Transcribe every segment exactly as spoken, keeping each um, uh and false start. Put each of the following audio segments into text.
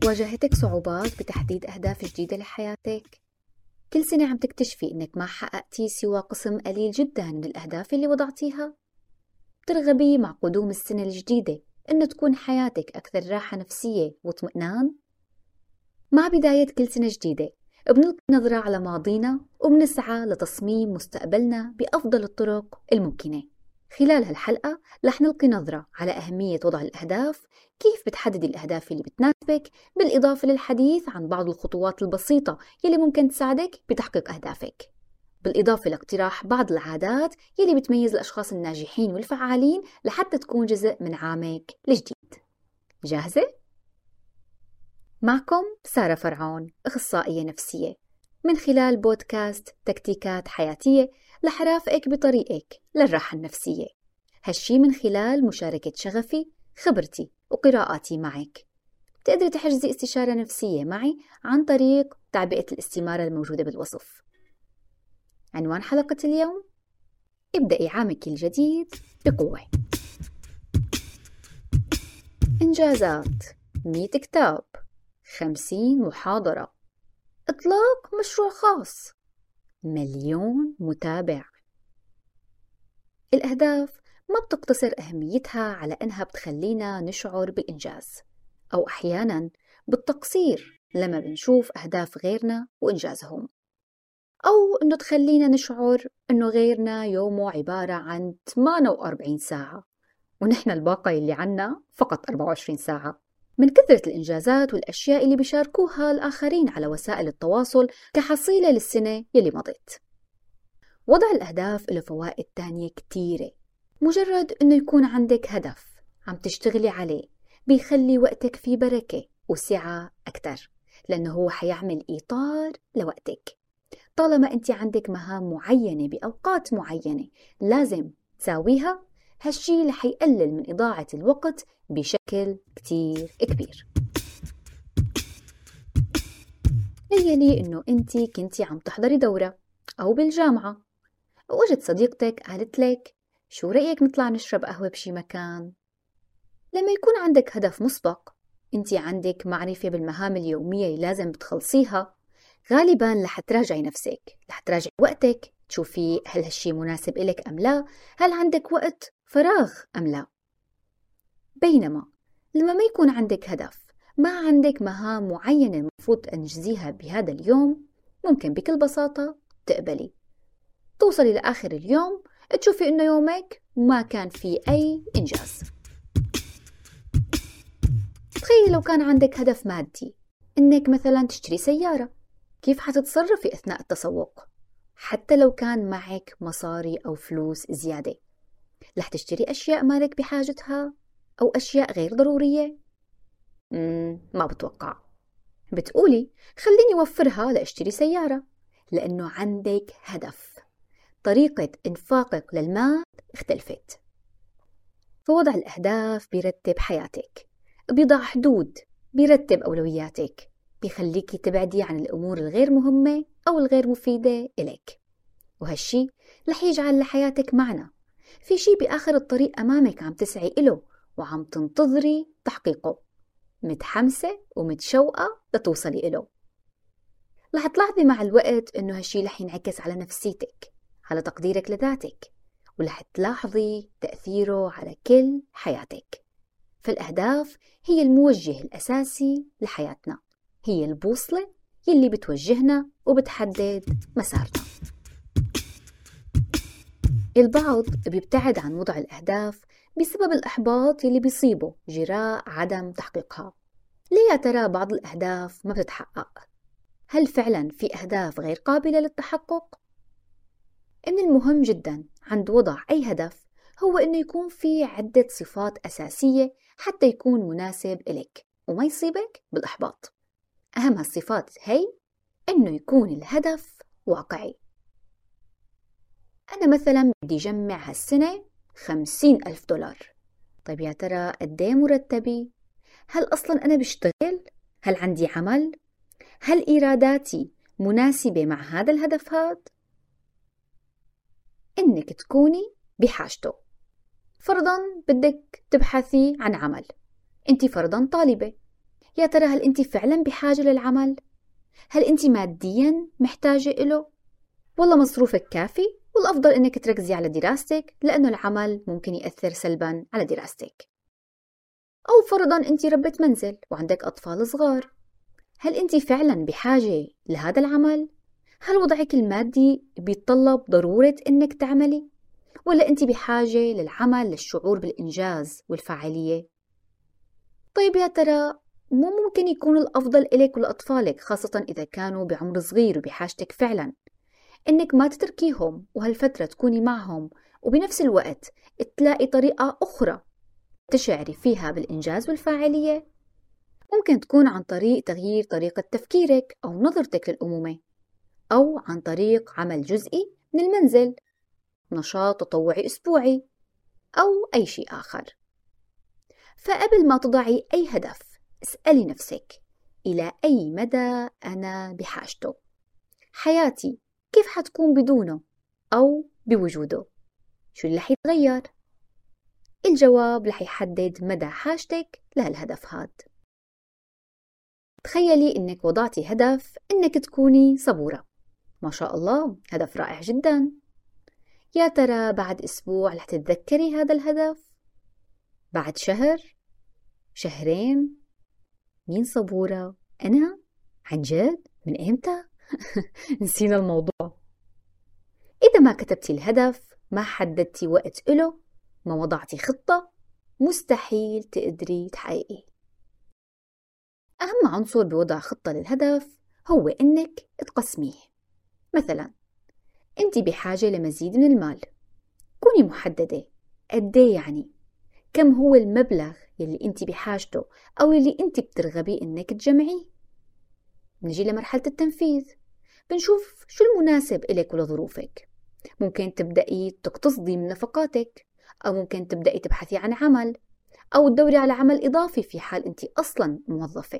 واجهتك صعوبات بتحديد أهداف جديدة لحياتك؟ كل سنة عم تكتشفي إنك ما حققتي سوى قسم قليل جدا من الأهداف اللي وضعتيها؟ بترغبي مع قدوم السنة الجديدة إنه تكون حياتك أكثر راحة نفسية واطمئنان؟ مع بداية كل سنة جديدة بنلقي نظرة على ماضينا وبنسعى لتصميم مستقبلنا بأفضل الطرق الممكنة. خلال هالحلقة رح نلقي نظرة على أهمية وضع الأهداف، كيف بتحددي الأهداف اللي بتناسبك، بالإضافة للحديث عن بعض الخطوات البسيطة يلي ممكن تساعدك بتحقيق أهدافك، بالإضافة لاقتراح بعض العادات يلي بتميز الأشخاص الناجحين والفعالين لحتى تكون جزء من عامك الجديد. جاهزة؟ معكم سارة فرعون، أخصائية نفسية. من خلال بودكاست تكتيكات حياتية رح أرافقك بطريقك للراحة النفسية، هالشي من خلال مشاركة شغفي، خبرتي وقراءاتي معك. بتقدري تحجزي استشارة نفسية معي عن طريق تعبئة الاستمارة الموجودة بالوصف. عنوان حلقة اليوم: ابدأي عامك الجديد بقوة. إنجازات: مية كتاب، خمسين محاضرة، إطلاق مشروع خاص، مليون متابع. الأهداف ما بتقتصر أهميتها على أنها بتخلينا نشعر بالإنجاز، أو أحياناً بالتقصير لما بنشوف أهداف غيرنا وإنجازهم، أو أنه تخلينا نشعر أنه غيرنا يومه عبارة عن ثمانية وأربعين ساعة ونحن الباقي اللي عنا فقط أربعة وعشرين ساعة. من كثرة الإنجازات والأشياء اللي بيشاركوها الآخرين على وسائل التواصل كحصيلة للسنة يلي مضت. وضع الأهداف له فوائد تانية كتيرة. مجرد أنه يكون عندك هدف عم تشتغلي عليه بيخلي وقتك فيه بركة وسعة أكتر، لأنه هو حيعمل إطار لوقتك. طالما أنت عندك مهام معينة بأوقات معينة لازم تساويها، هالشي رح يقلل من إضاعة الوقت بشكل كتير كبير. تخيلي إنه أنت كنتي عم تحضري دورة أو بالجامعة، ووجد صديقتك قالت لك: شو رأيك نطلع نشرب قهوة بشي مكان؟ لما يكون عندك هدف مسبق، أنت عندك معرفة بالمهام اليومية اللي لازم بتخلصيها، غالباً رح تراجعي نفسك، رح تراجعي وقتك، تشوفي هل هالشي مناسب إلك أم لا، هل عندك وقت فراغ أم لا. بينما لما ما يكون عندك هدف، ما عندك مهام معينة المفروض تنجزيها بهذا اليوم، ممكن بكل بساطة تقبلي، توصلي لآخر اليوم تشوفي إنه يومك ما كان فيه أي إنجاز. تخيلي لو كان عندك هدف مادي، إنك مثلا تشتري سيارة، كيف حتتصرفي أثناء التسوق؟ حتى لو كان معك مصاري أو فلوس زيادة، رح تشتري أشياء مالك بحاجتها أو أشياء غير ضرورية؟ مم ما بتوقع. بتقولي خليني وفرها لأشتري سيارة، لأنه عندك هدف. طريقة إنفاقك للمال اختلفت. فوضع الأهداف بيرتب حياتك، بيضع حدود، بيرتب أولوياتك، بيخليكي تبعدي عن الأمور الغير مهمة أو الغير مفيدة إليك. وهالشي رح يجعل لحياتك معنى، في شي بآخر الطريق أمامك عم تسعي إله وعم تنتظري تحقيقه، متحمسة ومتشوقة لتوصلي إله. رح تلاحظي مع الوقت إنه هالشي رح ينعكس على نفسيتك، على تقديرك لذاتك، ورح تلاحظي تأثيره على كل حياتك. فالأهداف هي الموجه الأساسي لحياتنا، هي البوصلة يلي بتوجهنا وبتحدد مسارنا. البعض بيبتعد عن وضع الأهداف بسبب الإحباط يلي بيصيبه جراء عدم تحقيقها. ليه يا ترى بعض الأهداف ما بتتحقق؟ هل فعلا في أهداف غير قابلة للتحقق؟ إن المهم جدا عند وضع أي هدف هو إنه يكون في عدة صفات أساسية حتى يكون مناسب إليك وما يصيبك بالإحباط. أهم هالصفات هي إنه يكون الهدف واقعي. أنا مثلا بدي جمع هالسنة خمسين ألف دولار. طيب يا ترى قديه مرتبي؟ هل أصلا أنا بشتغل؟ هل عندي عمل؟ هل إيراداتي مناسبة مع هذا الهدف هاد؟ إنك تكوني بحاجته. فرضاً بدك تبحثي عن عمل، أنت فرضاً طالبة، يا ترى هل أنت فعلا بحاجة للعمل؟ هل أنت ماديا محتاجة إله؟ والله مصروفك كافي؟ والأفضل أنك تركزي على دراستك لأنه العمل ممكن يأثر سلبا على دراستك. أو فرضا أنت ربة منزل وعندك أطفال صغار، هل أنت فعلا بحاجة لهذا العمل؟ هل وضعك المادي بيتطلب ضرورة أنك تعملي؟ ولا أنت بحاجة للعمل للشعور بالإنجاز والفاعلية؟ طيب يا ترى مو ممكن يكون الأفضل إليك ولأطفالك، خاصة إذا كانوا بعمر صغير وبحاجتك فعلا، إنك ما تتركيهم وهالفترة تكوني معهم، وبنفس الوقت تلاقي طريقة أخرى تشعري فيها بالإنجاز والفاعلية؟ ممكن تكون عن طريق تغيير طريقة تفكيرك أو نظرتك للأمومة، أو عن طريق عمل جزئي من المنزل، نشاط تطوعي أسبوعي، أو أي شيء آخر. فقبل ما تضعي أي هدف اسألي نفسك: إلى أي مدى أنا بحاجته؟ حياتي كيف حتكون بدونه أو بوجوده؟ شو اللي حيتغير؟ الجواب رح يحدد مدى حاجتك لهالهدف هاد. تخيلي إنك وضعتي هدف إنك تكوني صبورة، ما شاء الله، هدف رائع جدا. يا ترى بعد أسبوع رح تتذكري هذا الهدف؟ بعد شهر؟ شهرين؟ مين صبورة؟ أنا؟ عن جد؟ من إمتى؟ نسينا الموضوع. إذا ما كتبتي الهدف، ما حددتي وقت إله، ما وضعتي خطة، مستحيل تقدري تحققيه. أهم عنصر بوضع خطة للهدف هو إنك تقسميه. مثلا أنت بحاجة لمزيد من المال، كوني محددة قديه، يعني كم هو المبلغ يلي أنت بحاجته أو يلي أنت بترغبي إنك تجمعيه. نجي لمرحلة التنفيذ، بنشوف شو المناسب إلك ولظروفك. ممكن تبدأي تقتصدي من نفقاتك، أو ممكن تبدأي تبحثي عن عمل، أو تدوري على عمل إضافي في حال أنت أصلا موظفة.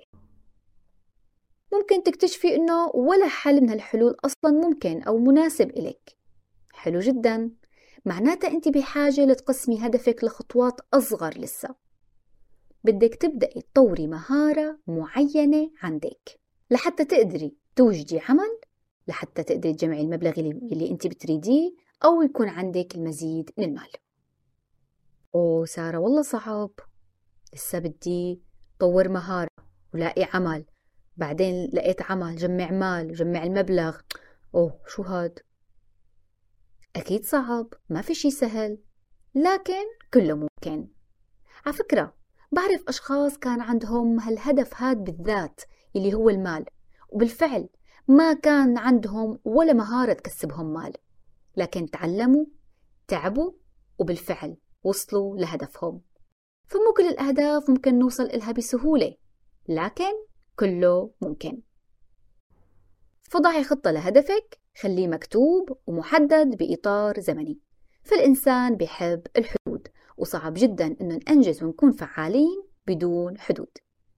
ممكن تكتشفي إنه ولا حل من هالحلول أصلا ممكن أو مناسب إلك. حلو جدا، معناتها أنت بحاجة لتقسمي هدفك لخطوات أصغر. لسه بدك تبدأي تطوري مهارة معينة عندك لحتى تقدري توجدي عمل، لحتى تقدري تجمعي المبلغ اللي أنت بتريديه، أو يكون عندك المزيد من المال. أوه سارة، والله صعب، لسه بدي طور مهارة ولاقي عمل، بعدين لقيت عمل، جمع مال وجمع المبلغ. أوه شو هاد؟ أكيد صعب، ما في شي سهل، لكن كله ممكن. على فكرة بعرف أشخاص كان عندهم هالهدف هاد بالذات اللي هو المال، وبالفعل ما كان عندهم ولا مهارة تكسبهم مال، لكن تعلموا، تعبوا، وبالفعل وصلوا لهدفهم. فمو كل الأهداف ممكن نوصل إلها بسهولة، لكن كله ممكن. فضعي خطة لهدفك، خليه مكتوب ومحدد بإطار زمني. فالإنسان بيحب الحدود، وصعب جدا إنه ننجز ونكون فعالين بدون حدود.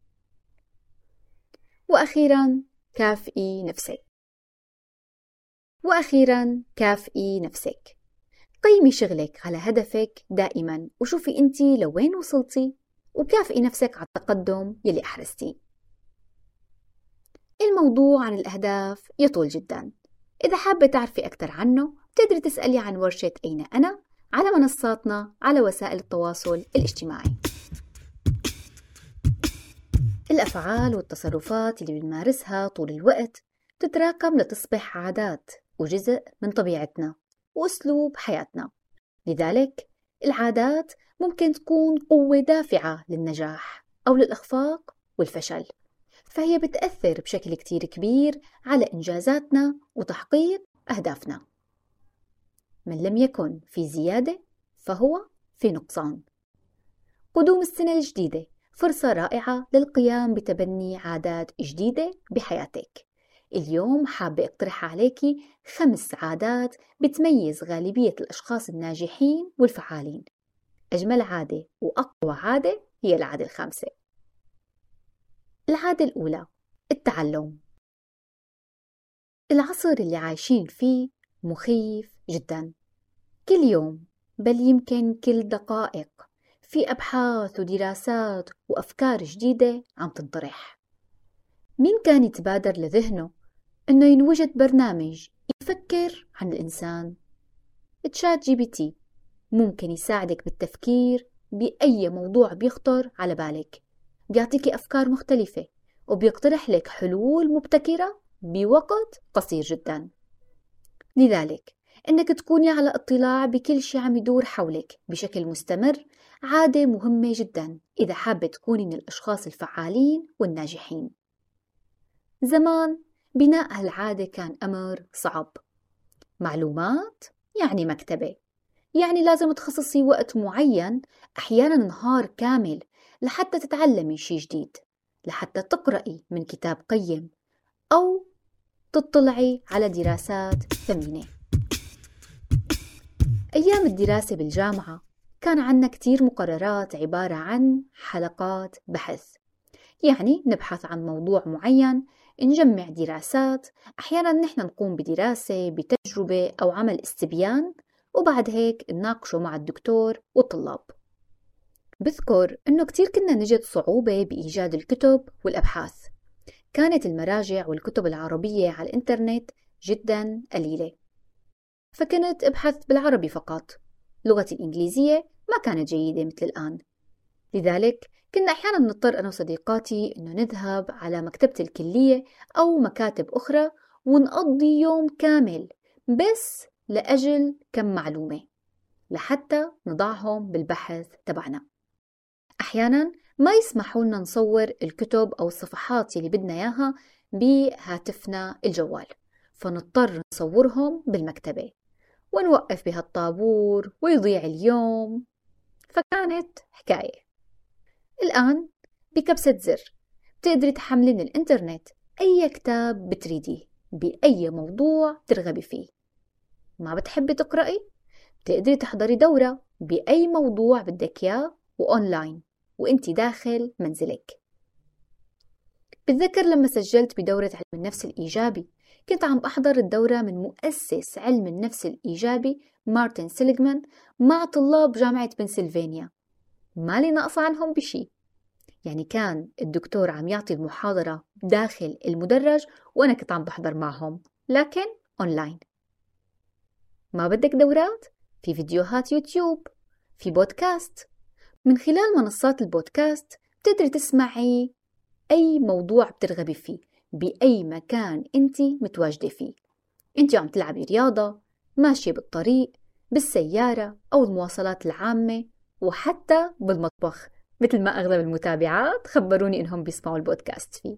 وأخيرا كافئي نفسك. وأخيرا كافئي نفسك. قيمي شغلك على هدفك دائما، وشوفي أنتي لوين وصلتي، وكافئي نفسك على التقدم يلي أحرزتيه. الموضوع عن الأهداف يطول جدا، إذا حابة تعرفي أكثر عنه تقدري تسألي عن ورشة أين أنا على منصاتنا على وسائل التواصل الاجتماعي. الأفعال والتصرفات اللي بنمارسها طول الوقت تتراكم لتصبح عادات وجزء من طبيعتنا وأسلوب حياتنا. لذلك العادات ممكن تكون قوة دافعة للنجاح أو للإخفاق والفشل، فهي بتأثر بشكل كتير كبير على إنجازاتنا وتحقيق أهدافنا. من لم يكن في زيادة فهو في نقصان. قدوم السنة الجديدة فرصة رائعة للقيام بتبني عادات جديدة بحياتك. اليوم حابة اقترح عليكي خمس عادات بتميز غالبية الأشخاص الناجحين والفعالين. أجمل عادة وأقوى عادة هي العادة الخامسة. العادة الأولى: التعلم. العصر اللي عايشين فيه مخيف جدا. كل يوم، بل يمكن كل دقائق، في أبحاث ودراسات وأفكار جديدة عم تنطرح. مين كان يتبادر لذهنه إنه ينوجد برنامج يفكر عن الإنسان؟ تشات جي بي تي ممكن يساعدك بالتفكير بأي موضوع بيخطر على بالك، بيعطيكي أفكار مختلفة وبيقترح لك حلول مبتكرة بوقت قصير جدا. لذلك إنك تكوني على اطلاع بكل شيء عم يدور حولك بشكل مستمر عادة مهمة جدا إذا حابة تكوني من الأشخاص الفعالين والناجحين. زمان بناء هالعادة كان أمر صعب. معلومات يعني مكتبة، يعني لازم تخصصي وقت معين، أحيانا نهار كامل، لحتى تتعلمي شيء جديد، لحتى تقرأي من كتاب قيم أو تطلعي على دراسات ثمينة. أيام الدراسة بالجامعة كان عنا كتير مقررات عبارة عن حلقات بحث، يعني نبحث عن موضوع معين، نجمع دراسات، أحيانا نحن نقوم بدراسة بتجربة أو عمل استبيان، وبعد هيك نناقشه مع الدكتور والطلاب. بذكر أنه كتير كنا نجد صعوبة بإيجاد الكتب والأبحاث، كانت المراجع والكتب العربية على الإنترنت جدا قليلة، فكنت أبحث بالعربي فقط، لغتي الإنجليزية ما كانت جيدة مثل الآن. لذلك كنا أحيانا نضطر أنا وصديقاتي أنه نذهب على مكتبة الكلية أو مكاتب أخرى ونقضي يوم كامل بس لأجل كم معلومة لحتى نضعهم بالبحث تبعنا. أحيانا ما يسمحوا لنا نصور الكتب أو الصفحات اللي بدنا إياها بهاتفنا الجوال، فنضطر نصورهم بالمكتبة ونوقف بهالطابور ويضيع اليوم، فكانت حكاية. الآن بكبسة زر بتقدري تحملي من الإنترنت أي كتاب بتريديه بأي موضوع ترغبي فيه. ما بتحبي تقرأي؟ بتقدري تحضري دورة بأي موضوع بدك إياه وأونلاين وإنتي داخل منزلك. بتذكر لما سجلت بدورة علم النفس الإيجابي كنت عم أحضر الدورة من مؤسس علم النفس الإيجابي مارتن سيليغمان مع طلاب جامعة بنسلفانيا، مالي ناقصة عنهم بشي. يعني كان الدكتور عم يعطي المحاضرة داخل المدرج وأنا كنت عم بحضر معهم، لكن أونلاين. ما بدك دورات؟ في فيديوهات يوتيوب، في بودكاست. من خلال منصات البودكاست بتقدري تسمعي أي موضوع بترغبي فيه بأي مكان أنتي متواجدة فيه. أنتي عم تلعبي رياضة، ماشية بالطريق، بالسيارة أو المواصلات العامة، وحتى بالمطبخ، مثل ما أغلب المتابعات خبروني إنهم بيسمعوا البودكاست فيه.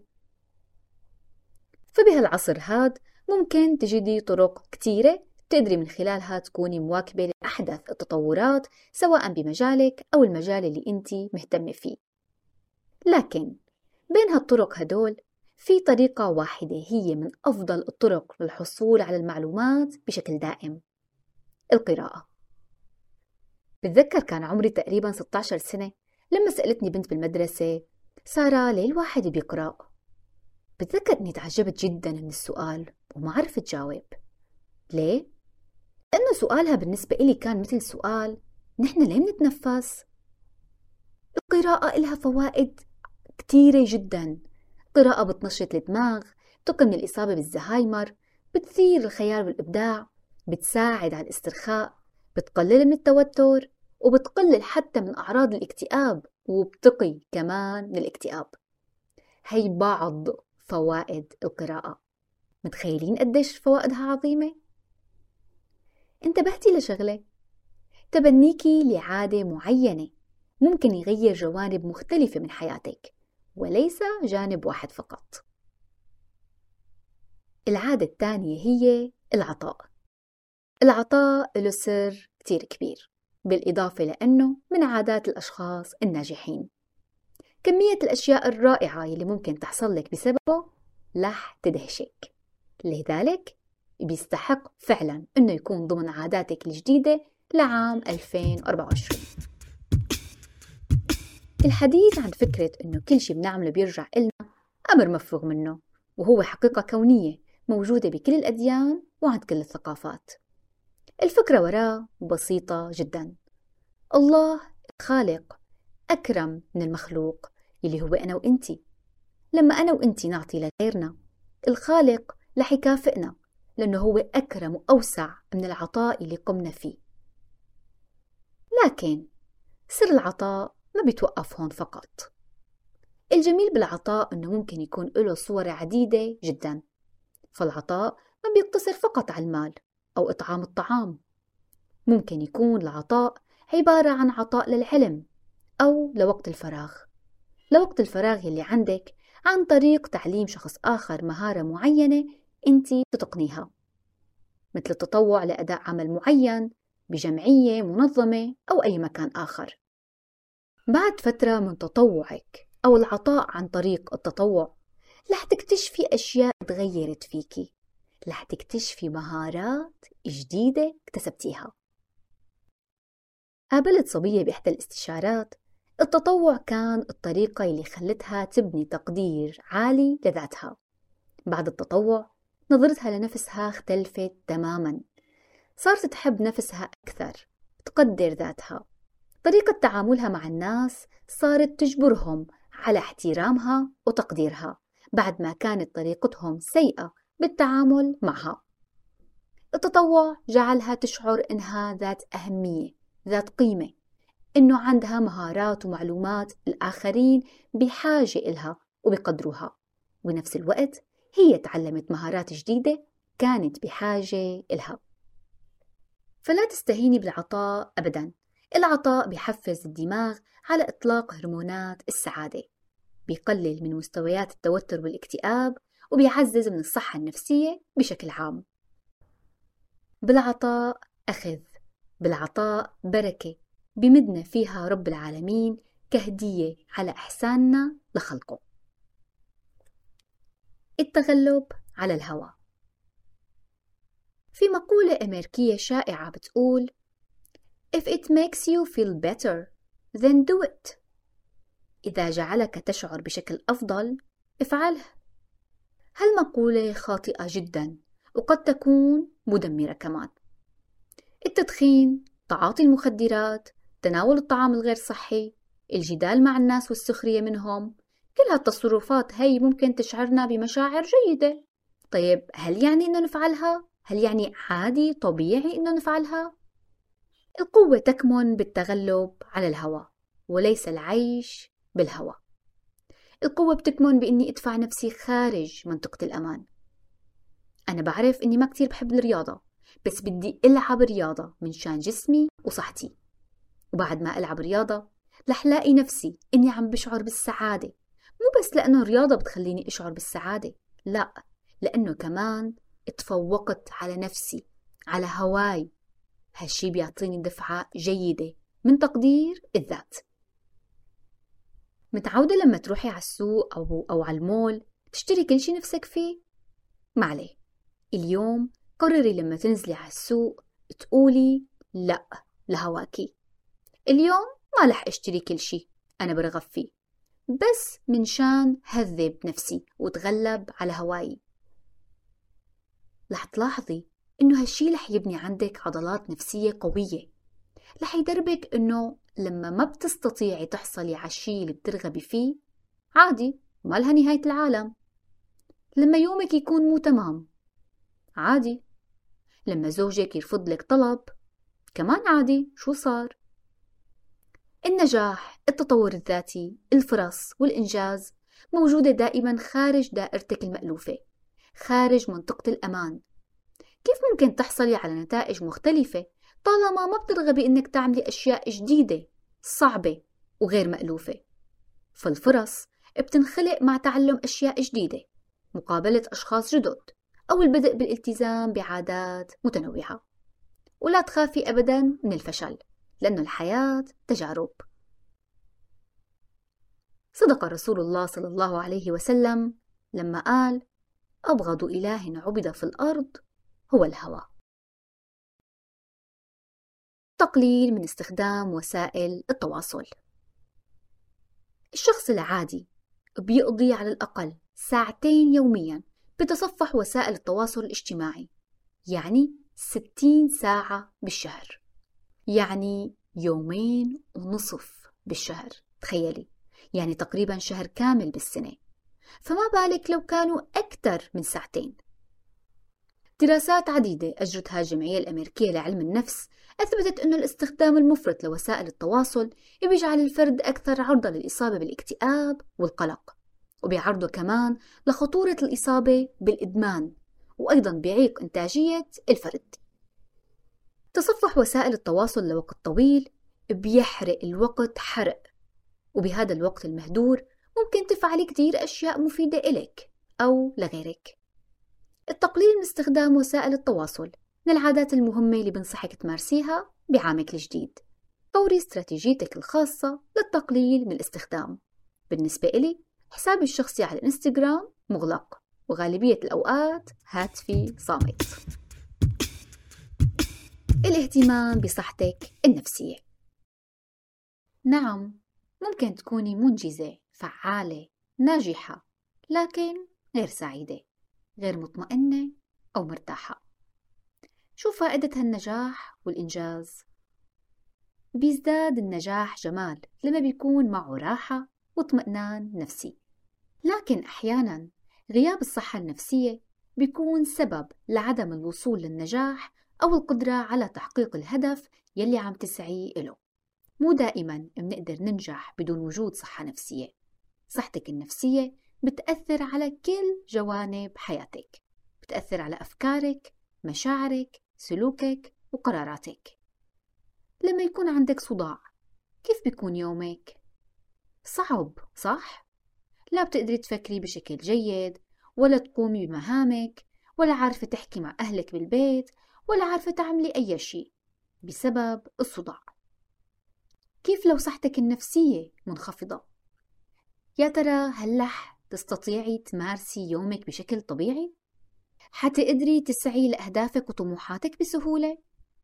فبهالعصر هاد ممكن تجدي طرق كتيرة تقدري من خلالها تكوني مواكبة لأحدث التطورات سواء بمجالك أو المجال اللي أنتي مهتمة فيه. لكن بين هالطرق هدول في طريقة واحدة هي من أفضل الطرق للحصول على المعلومات بشكل دائم: القراءة. بتذكر كان عمري تقريبا ستة عشر سنة لما سألتني بنت بالمدرسة: سارة، ليه الواحد بيقرأ؟ بتذكر أني تعجبت جدا من السؤال وما عرفت جاوب. ليه؟ لأنه سؤالها بالنسبة إلي كان مثل سؤال: نحن ليه منتنفس؟ القراءة إلها فوائد كتيرة جدا. القراءة بتنشط الدماغ، بتقي من الإصابة بالزهايمر، بتثير الخيال والإبداع، بتساعد على الاسترخاء، بتقلل من التوتر، وبتقلل حتى من أعراض الاكتئاب، وبتقي كمان من الاكتئاب. هي بعض فوائد القراءة. متخيلين قديش فوائدها عظيمة؟ انتبهتي لشغلة؟ تبنيكي لعادة معينة ممكن يغير جوانب مختلفة من حياتك وليس جانب واحد فقط. العادة الثانية هي العطاء. العطاء له سر كتير كبير، بالإضافة لأنه من عادات الأشخاص الناجحين. كمية الأشياء الرائعة اللي ممكن تحصل لك بسببه رح تدهشك، لذلك بيستحق فعلا أنه يكون ضمن عاداتك الجديدة لعام ألفين وأربعة وعشرين. الحديث عن فكرة أنه كل شيء بنعمله بيرجع إلنا أمر مفروغ منه، وهو حقيقة كونية موجودة بكل الأديان وعند كل الثقافات. الفكرة وراه بسيطة جدا. الله الخالق أكرم من المخلوق اللي هو أنا وإنتي. لما أنا وإنتي نعطي لغيرنا، الخالق رح يكافئنا، لأنه هو أكرم وأوسع من العطاء اللي قمنا فيه. لكن سر العطاء ما بيتوقف هون فقط. الجميل بالعطاء أنه ممكن يكون له صور عديدة جدا. فالعطاء ما بيقتصر فقط على المال أو إطعام الطعام. ممكن يكون العطاء عبارة عن عطاء للعلم أو لوقت الفراغ. لوقت الفراغ اللي عندك عن طريق تعليم شخص آخر مهارة معينة أنتي تتقنيها، مثل التطوع لأداء عمل معين بجمعية منظمة أو أي مكان آخر. بعد فترة من تطوعك أو العطاء عن طريق التطوع، رح تكتشفي أشياء تغيرت فيكي، رح تكتشفي مهارات جديدة اكتسبتيها. قابلت صبية بإحدى الاستشارات. التطوع كان الطريقة اللي خلتها تبني تقدير عالي لذاتها. بعد التطوع نظرتها لنفسها اختلفت تماما. صارت تحب نفسها أكثر، تقدر ذاتها. طريقة تعاملها مع الناس صارت تجبرهم على احترامها وتقديرها بعد ما كانت طريقتهم سيئة بالتعامل معها. التطوع جعلها تشعر إنها ذات أهمية، ذات قيمة، إنه عندها مهارات ومعلومات الآخرين بحاجة إلها وبقدروها، وبنفس الوقت هي تعلمت مهارات جديدة كانت بحاجة إلها. فلا تستهيني بالعطاء أبداً. العطاء بيحفز الدماغ على إطلاق هرمونات السعادة، بيقلل من مستويات التوتر والاكتئاب، وبيعزز من الصحة النفسية بشكل عام. بالعطاء أخذ، بالعطاء بركة بمدنا فيها رب العالمين كهدية على إحساننا لخلقه. التغلب على الهوى. في مقولة أمريكية شائعة بتقول If it makes you feel better, then do it. إذا جعلك تشعر بشكل أفضل، افعله. هالمقولة خاطئة جدا، وقد تكون مدمرة كمان. التدخين، تعاطي المخدرات، تناول الطعام الغير صحي، الجدال مع الناس والسخرية منهم، كل هالتصرفات هي ممكن تشعرنا بمشاعر جيدة. طيب هل يعني إنه نفعلها؟ هل يعني عادي طبيعي إنه نفعلها؟ القوة تكمن بالتغلب على الهوى، وليس العيش بالهوى. القوة بتكمن بإني أدفع نفسي خارج منطقة الأمان. أنا بعرف إني ما كتير بحب الرياضة، بس بدي ألعب رياضة من شان جسمي وصحتي. وبعد ما ألعب رياضة رح لاقي نفسي إني عم بشعر بالسعادة، مو بس لأنه الرياضة بتخليني أشعر بالسعادة، لا، لأنه كمان اتفوقت على نفسي، على هواي. هالشي بيعطيني دفعة جيدة من تقدير الذات. متعودة لما تروحي على السوق أو, أو على المول تشتري كل شي نفسك فيه؟ ما عليه، اليوم قرري لما تنزلي على السوق تقولي لا لهواكي. اليوم ما رح اشتري كل شي أنا برغب فيه، بس من شان هذب نفسي وتغلب على هواي. رح تلاحظي إنه هالشي رح يبني عندك عضلات نفسية قوية، رح يدربك إنه لما ما بتستطيعي تحصلي على الشي اللي بترغبي فيه، عادي، ما لها نهاية العالم. لما يومك يكون مو تمام، عادي. لما زوجك يرفض لك طلب، كمان عادي، شو صار؟ النجاح، التطور الذاتي، الفرص والإنجاز موجودة دائما خارج دائرتك المألوفة، خارج منطقة الأمان. كيف ممكن تحصلي على نتائج مختلفة طالما ما بترغبي إنك تعملي أشياء جديدة، صعبة وغير مألوفة؟ فالفرص بتنخلق مع تعلم أشياء جديدة، مقابلة أشخاص جدد، أو البدء بالالتزام بعادات متنوعة. ولا تخافي أبدا من الفشل، لأن الحياة تجارب. صدق رسول الله صلى الله عليه وسلم لما قال: أبغض إله عبد في الأرض هو الهوى. تقليل من استخدام وسائل التواصل. الشخص العادي بيقضي على الأقل ساعتين يوميا بتصفح وسائل التواصل الاجتماعي، يعني ستين ساعة بالشهر، يعني يومين ونصف بالشهر. تخيلي، يعني تقريبا شهر كامل بالسنة، فما بالك لو كانوا أكثر من ساعتين. دراسات عديدة أجرتها الجمعية الأمريكية لعلم النفس أثبتت أن الاستخدام المفرط لوسائل التواصل بيجعل الفرد أكثر عرضة للإصابة بالاكتئاب والقلق، وبيعرضه كمان لخطورة الإصابة بالإدمان، وأيضا بيعيق إنتاجية الفرد. تصفح وسائل التواصل لوقت طويل بيحرق الوقت حرق، وبهذا الوقت المهدور ممكن تفعلي كتير أشياء مفيدة إلك أو لغيرك. التقليل من استخدام وسائل التواصل من العادات المهمة اللي بنصحك تمارسيها بعامك الجديد. طوري استراتيجيتك الخاصة للتقليل من الاستخدام. بالنسبة إلي حسابي الشخصي على الانستغرام مغلق، وغالبية الأوقات هاتفي صامت. الاهتمام بصحتك النفسية. نعم، ممكن تكوني منجزة، فعالة، ناجحة، لكن غير سعيدة، غير مطمئنة أو مرتاحة. شو فائدة هالنجاح والإنجاز؟ بيزداد النجاح جمال لما بيكون معه راحة واطمئنان نفسي، لكن أحياناً غياب الصحة النفسية بيكون سبب لعدم الوصول للنجاح أو القدرة على تحقيق الهدف يلي عم تسعي إله. مو دائماً بنقدر ننجح بدون وجود صحة نفسية. صحتك النفسية بتأثر على كل جوانب حياتك، بتأثر على أفكارك، مشاعرك، سلوكك وقراراتك. لما يكون عندك صداع، كيف بيكون يومك؟ صعب، صح؟ لا بتقدري تفكري بشكل جيد، ولا تقومي بمهامك، ولا عارفة تحكي مع أهلك بالبيت، ولا عارفة تعملي أي شيء بسبب الصداع. كيف لو صحتك النفسية منخفضة؟ يا ترى هل رح تستطيعي تمارسي يومك بشكل طبيعي؟ حتقدري تسعي لأهدافك وطموحاتك بسهولة؟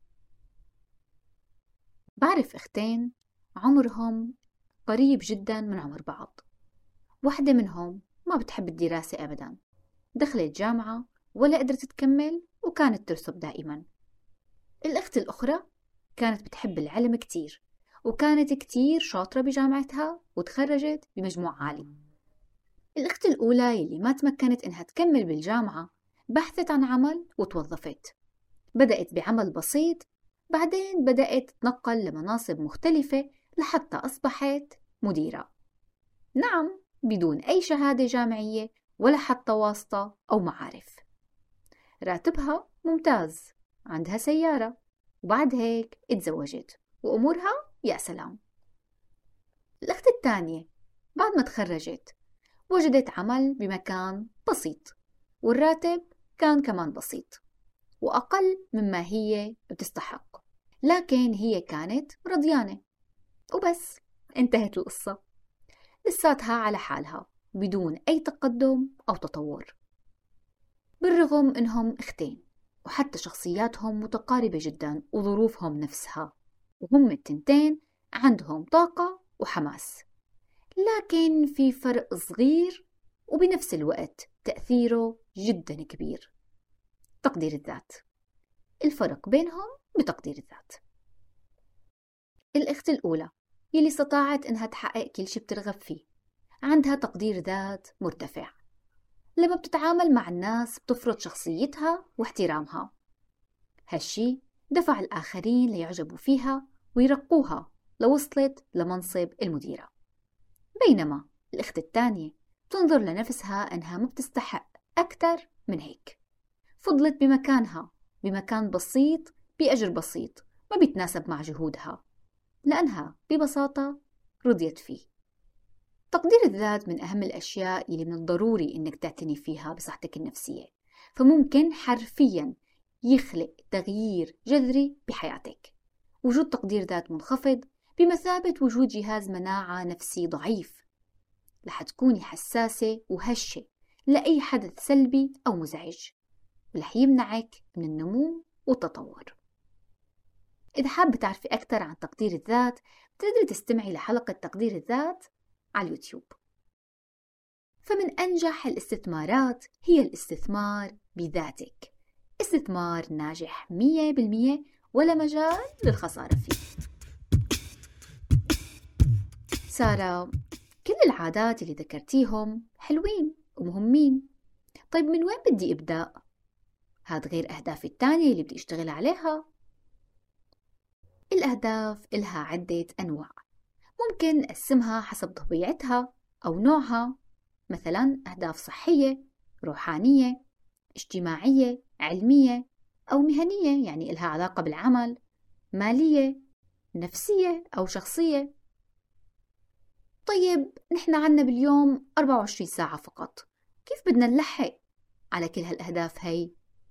بعرف أختين عمرهم قريب جدا من عمر بعض. واحدة منهم ما بتحب الدراسة أبدا، دخلت جامعة ولا قدرت تكمل وكانت ترسب دائما. الأخت الأخرى كانت بتحب العلم كتير، وكانت كتير شاطرة بجامعتها وتخرجت بمجموع عالي. الأخت الأولى يلي ما تمكنت إنها تكمل بالجامعة بحثت عن عمل وتوظفت. بدأت بعمل بسيط، بعدين بدأت تتنقل لمناصب مختلفة لحتى أصبحت مديرة. نعم، بدون أي شهادة جامعية ولا حتى واسطة أو معارف. راتبها ممتاز، عندها سيارة، وبعد هيك اتزوجت وأمورها يا سلام. الأخت الثانية بعد ما تخرجت وجدت عمل بمكان بسيط، والراتب كان كمان بسيط وأقل مما هي بتستحق، لكن هي كانت رضيانة وبس. انتهت القصة، لساتها على حالها بدون أي تقدم أو تطور. بالرغم إنهم أختين وحتى شخصياتهم متقاربة جدا وظروفهم نفسها، وهم التنتين عندهم طاقة وحماس، لكن في فرق صغير وبنفس الوقت تأثيره جدا كبير: تقدير الذات. الفرق بينهم بتقدير الذات. الأخت الأولى يلي استطاعت إنها تحقق كل شي بترغب فيه عندها تقدير ذات مرتفع. لما بتتعامل مع الناس بتفرض شخصيتها واحترامها. هالشي دفع الآخرين ليعجبوا فيها ويرقوها لوصلت لمنصب المديرة. بينما الأخت الثانية تنظر لنفسها أنها ما بتستحق أكثر من هيك، فضلت بمكانها بمكان بسيط بأجر بسيط ما بيتناسب مع جهودها، لأنها ببساطة رضيت فيه. تقدير الذات من أهم الأشياء اللي من الضروري إنك تعتني فيها بصحتك النفسية، فممكن حرفياً يخلق تغيير جذري بحياتك. وجود تقدير ذات منخفض بمثابة وجود جهاز مناعة نفسي ضعيف. رح تكوني حساسة وهشة لأي حدث سلبي أو مزعج، ورح يمنعك من النمو والتطور. إذا حابة تعرفي أكثر عن تقدير الذات بتقدري تستمعي لحلقة تقدير الذات على اليوتيوب. فمن أنجح الاستثمارات هي الاستثمار بذاتك. استثمار ناجح مية بالمية ولا مجال للخسارة فيه. سارة، كل العادات اللي ذكرتيهم حلوين ومهمين. طيب من وين بدي أبدأ؟ هاد غير أهدافي التانية اللي بدي أشتغل عليها. الأهداف إلها عدة أنواع، ممكن نقسمها حسب طبيعتها أو نوعها، مثلا أهداف صحية، روحانية، اجتماعية، علمية، أو مهنية يعني إلها علاقة بالعمل، مالية، نفسية أو شخصية. طيب نحن عنا باليوم أربعة وعشرين ساعة فقط، كيف بدنا نلحق على كل هالأهداف هاي؟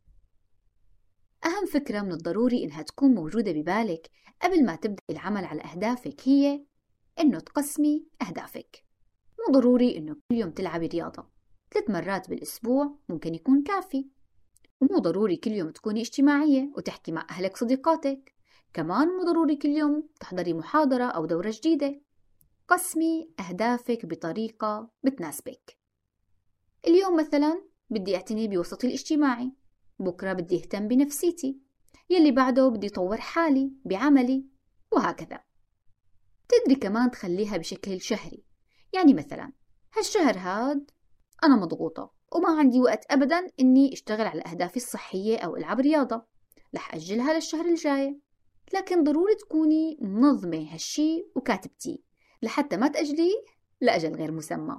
أهم فكرة من الضروري إنها تكون موجودة ببالك قبل ما تبدأ العمل على أهدافك هي إنه تقسمي أهدافك. مو ضروري إنه كل يوم تلعبي رياضة، ثلاث مرات بالأسبوع ممكن يكون كافي. ومو ضروري كل يوم تكوني اجتماعية وتحكي مع أهلك صديقاتك. كمان مو ضروري كل يوم تحضري محاضرة أو دورة جديدة. قسمي أهدافك بطريقة بتناسبك. اليوم مثلا بدي أعتني بوسطي الاجتماعي، بكرة بدي أهتم بنفسيتي، يلي بعده بدي أطور حالي بعملي، وهكذا. تقدري كمان تخليها بشكل شهري، يعني مثلا هالشهر هاد أنا مضغوطة وما عندي وقت أبدا إني أشتغل على أهدافي الصحية أو ألعب رياضة، رح أجلها للشهر الجاي. لكن ضروري تكوني منظمة هالشي وكاتبتيه لحتى ما تأجليه لأجل غير مسمى.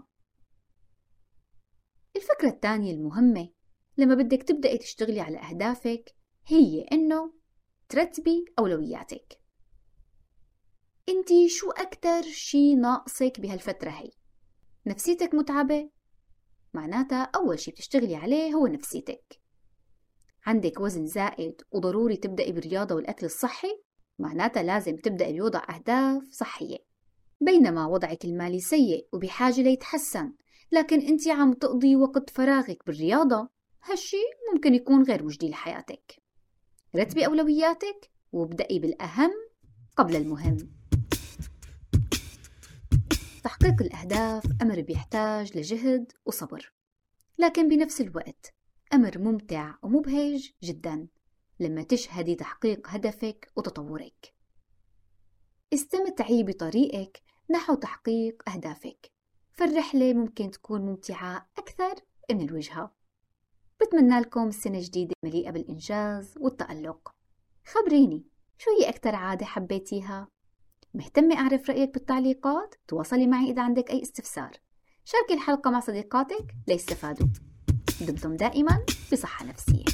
الفكرة الثانية المهمة لما بدك تبدأي تشتغلي على أهدافك هي إنه ترتبي أولوياتك. انتي شو أكتر شي ناقصك بهالفترة هي؟ نفسيتك متعبة؟ معناتها أول شي بتشتغلي عليه هو نفسيتك. عندك وزن زائد وضروري تبدأي بالرياضة والأكل الصحي؟ معناتها لازم تبدأي بوضع أهداف صحية. بينما وضعك المالي سيء وبحاجة ليتحسن، لكن انتي عم تقضي وقت فراغك بالرياضة، هالشي ممكن يكون غير مجدي لحياتك. رتبي أولوياتك وابدأي بالأهم قبل المهم. تحقيق الأهداف أمر بيحتاج لجهد وصبر، لكن بنفس الوقت أمر ممتع ومبهج جدا لما تشهدي تحقيق هدفك وتطورك. استمتعي بطريقك نحو تحقيق أهدافك، فالرحلة ممكن تكون ممتعة أكثر من الوجهة. بتمنى لكم سنة جديدة مليئة بالإنجاز والتألق. خبريني شو هي أكثر عادة حبيتيها؟ مهتمة أعرف رأيك بالتعليقات. تواصلي معي إذا عندك أي استفسار. شاركي الحلقة مع صديقاتك ليستفادوا. دمتم دائما بصحة نفسية.